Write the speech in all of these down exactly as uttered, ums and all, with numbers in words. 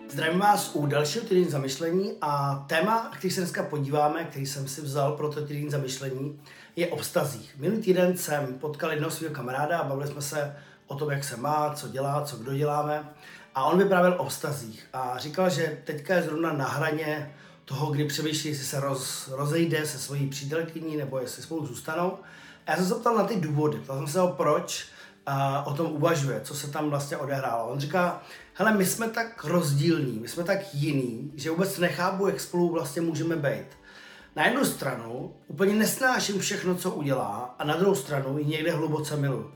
Zdravím vás u dalšího týdenní zamyšlení a téma, který se dneska podíváme, který jsem si vzal pro to týdenní zamyšlení, je o vztazích. Minulý týden jsem potkal jednoho svého kamaráda a bavili jsme se o tom, jak se má, co dělá, co kdo děláme. A on vyprávěl o vztazích a říkal, že teďka je zrovna na hraně toho, kdy přemýšlí, jestli se roz, rozejde se svojí přítelkyní nebo jestli spolu zůstanou. A já jsem se ptal na ty důvody, ptal jsem se ho, proč a o tom uvažuje, co se tam vlastně odehrálo. On říká, hele, my jsme tak rozdílní, my jsme tak jiný, že vůbec nechápu, jak spolu vlastně můžeme být. Na jednu stranu úplně nesnáším všechno, co udělá, a na druhou stranu ji někde hluboce miluji.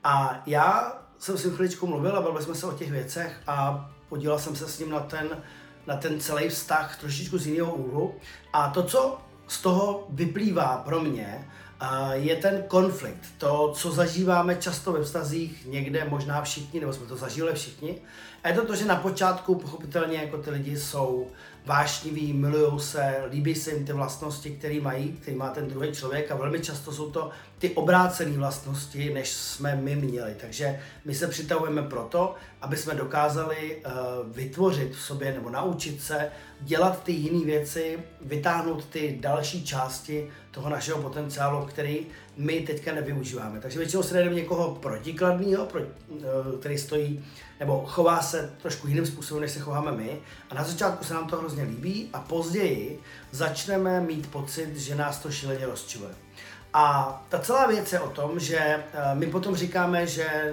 A já jsem s ním chviličku mluvil a bavili jsme se o těch věcech a podíval jsem se s ním na ten, na ten celý vztah trošičku z jiného úhlu. A to, co z toho vyplývá pro mě, je ten konflikt. To, co zažíváme často ve vztazích, někde možná všichni, nebo jsme to zažili všichni. A je to to, že na počátku pochopitelně jako ty lidi jsou vášniví, milujou se, líbí se jim ty vlastnosti, které mají, který má ten druhý člověk, a velmi často jsou to ty obrácené vlastnosti, než jsme my měli. Takže my se přitahujeme proto, aby jsme dokázali uh, vytvořit v sobě nebo naučit se dělat ty jiné věci, vytáhnout ty další části toho našeho potenciálu, který my teďka nevyužíváme. Takže většinou se najdeme někoho protikladného, pro, který stojí nebo chová se trošku jiným způsobem, než se chováme my. A na začátku se nám to hrozně líbí a později začneme mít pocit, že nás to šíleně rozčiluje. A ta celá věc je o tom, že my potom říkáme, že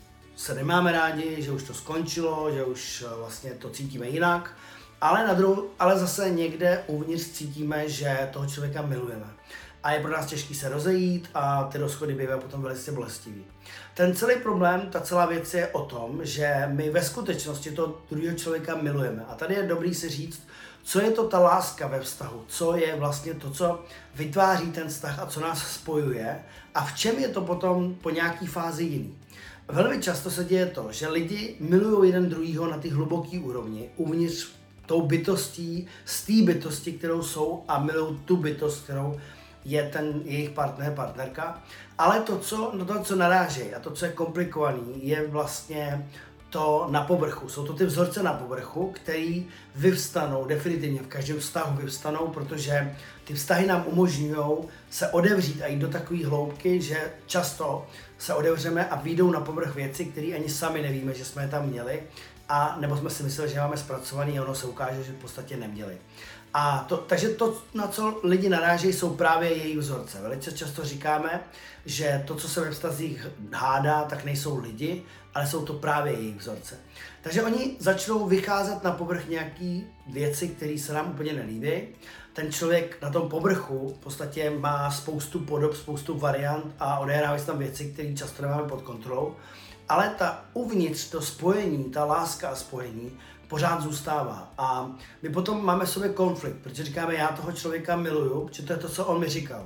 se nemáme rádi, že už to skončilo, že už vlastně to cítíme jinak, ale, na druhou, ale zase někde uvnitř cítíme, že toho člověka milujeme. A je pro nás těžký se rozejít a ty rozchody bývají potom velice bolestivý. Ten celý problém, ta celá věc je o tom, že my ve skutečnosti toho druhého člověka milujeme. A tady je dobrý si říct, co je to ta láska ve vztahu, co je vlastně to, co vytváří ten vztah a co nás spojuje a v čem je to potom po nějaký fázi jiný. Velmi často se děje to, že lidi milují jeden druhýho na té hluboké úrovni, uvnitř tou bytostí, z té bytosti, kterou jsou, a milují tu bytost, kterou je ten jejich partner, partnerka. Ale to, co, no to, co narážejí a to, co je komplikovaný, je vlastně to na povrchu. Jsou to ty vzorce na povrchu, který vyvstanou, definitivně v každém vztahu vyvstanou, protože ty vztahy nám umožňují se odevřít a jít do takové hloubky, že často se odevřeme a vyjdou na povrch věci, které ani sami nevíme, že jsme je tam měli, a nebo jsme si mysleli, že máme zpracovaný, a ono se ukáže, že v podstatě neměli. A to, takže to, na co lidi narážejí, jsou právě jejich vzorce. Velice často říkáme, že to, co se ve vztazích hádá, tak nejsou lidi, ale jsou to právě jejich vzorce. Takže oni začnou vycházet na povrch nějaký věci, které se nám úplně nelíbí. Ten člověk na tom povrchu v podstatě má spoustu podob, spoustu variant a odehrávají se tam věci, které často nemáme pod kontrolou. Ale ta uvnitř, to spojení, ta láska a spojení pořád zůstává. A my potom máme v sobě konflikt, protože říkáme, já toho člověka miluju, protože to je to, co on mi říkal.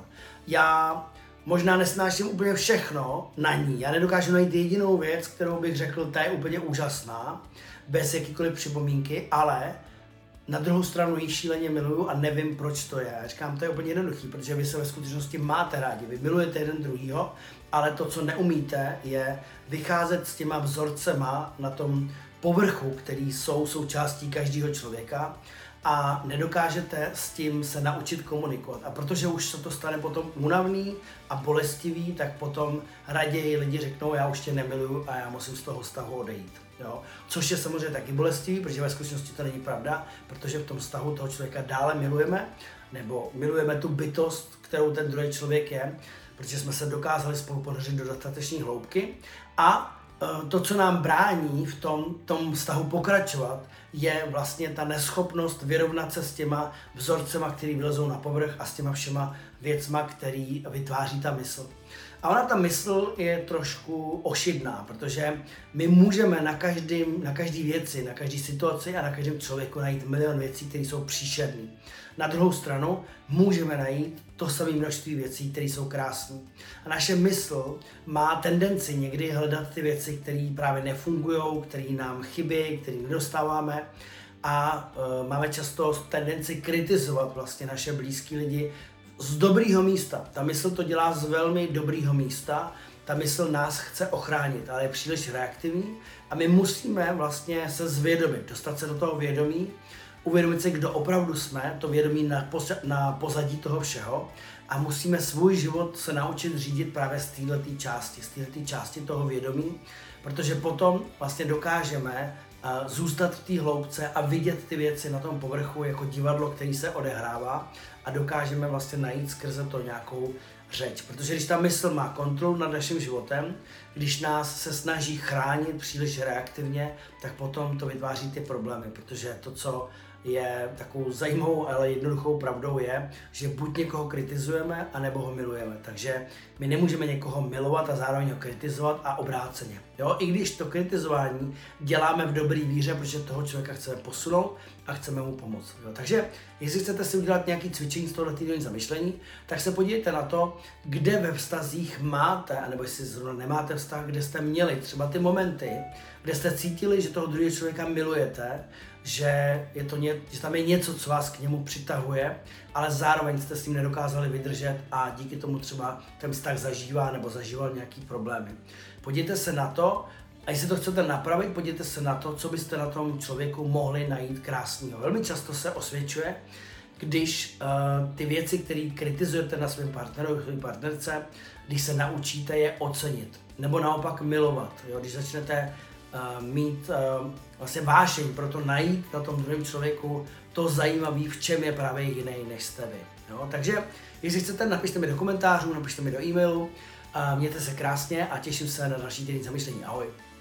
Já možná nesnáším úplně všechno na ní, já nedokážu najít jedinou věc, kterou bych řekl, ta je úplně úžasná, bez jakýkoliv připomínky, ale na druhou stranu ji šíleně miluju a nevím, proč to je. Já říkám, to je úplně jednoduchý, protože vy se ve skutečnosti máte rádi, vy milujete jeden druhýho, ale to, co neumíte, je vycházet s těma vzorcema na tom povrchu, který jsou součástí každého člověka, a nedokážete s tím se naučit komunikovat. A protože už se to stane potom únavný a bolestivý, tak potom raději lidi řeknou, já už tě nemiluju a já musím z toho vztahu odejít. Jo? Což je samozřejmě taky bolestivý, protože ve skutečnosti to není pravda, protože v tom vztahu toho člověka dále milujeme, nebo milujeme tu bytost, kterou ten druhý člověk je, protože jsme se dokázali spolu ponořit do dostatečné hloubky. A to, co nám brání v tom, tom vztahu pokračovat, je vlastně ta neschopnost vyrovnat se s těma vzorcema, který vylezou na povrch, a s těma všema věcma, který vytváří ta mysl. A ona, ta mysl, je trošku ošidná, protože my můžeme na každém, na každý věci, na každé situaci a na každém člověku najít milion věcí, které jsou příšerné. Na druhou stranu můžeme najít to samé množství věcí, které jsou krásné. A naše mysl má tendenci někdy hledat ty věci, které právě nefungují, které nám chybí, které nedostáváme. A e, máme často tendenci kritizovat vlastně naše blízké lidi z dobrýho místa. Ta mysl to dělá z velmi dobrýho místa ta mysl nás chce ochránit, ale je příliš reaktivní a my musíme vlastně se zvědomit, dostat se do toho vědomí, uvědomit si, kdo opravdu jsme, to vědomí na, poza, na pozadí toho všeho a musíme svůj život se naučit řídit právě z této části, z této části toho vědomí, protože potom vlastně dokážeme uh, zůstat v té hloubce a vidět ty věci na tom povrchu jako divadlo, který se odehrává a dokážeme vlastně najít skrze to nějakou řeč. Protože když ta mysl má kontrolu nad naším životem, když nás se snaží chránit příliš reaktivně, tak potom to vytváří ty problémy, protože to, co je takovou zajímavou, ale jednoduchou pravdou je, že buď někoho kritizujeme, anebo ho milujeme. Takže my nemůžeme někoho milovat a zároveň ho kritizovat a obráceně. Jo? I když to kritizování děláme v dobrý víře, protože toho člověka chceme posunout a chceme mu pomoct. Jo? Takže jestli chcete si udělat nějaké cvičení z tohoto týdenní zamyšlení, tak se podívejte na to, kde ve vztazích máte, anebo jestli zrovna nemáte vztah, kde jste měli třeba ty momenty, kde jste cítili, že toho druhého člověka milujete, že, je to ně, že tam je něco, co vás k němu přitahuje, ale zároveň jste s ním nedokázali vydržet a díky tomu třeba ten vztah zažívá nebo zažíval nějaký problémy. Podívejte se na to, a jestli to chcete napravit, podívejte se na to, co byste na tom člověku mohli najít krásného. Velmi často se osvědčuje, když uh, ty věci, které kritizujete na svém partneru, své partnerce, když se naučíte je ocenit, nebo naopak milovat. Jo? Když začnete uh, mít uh, vlastně vášeň pro to najít na tom druhém člověku to zajímavé, v čem je právě jiný než jste vy. Jo? Takže jestli chcete, napište mi do komentářů, napište mi do e-mailu, uh, mějte se krásně a těším se na další týden zamyšlení. Ahoj.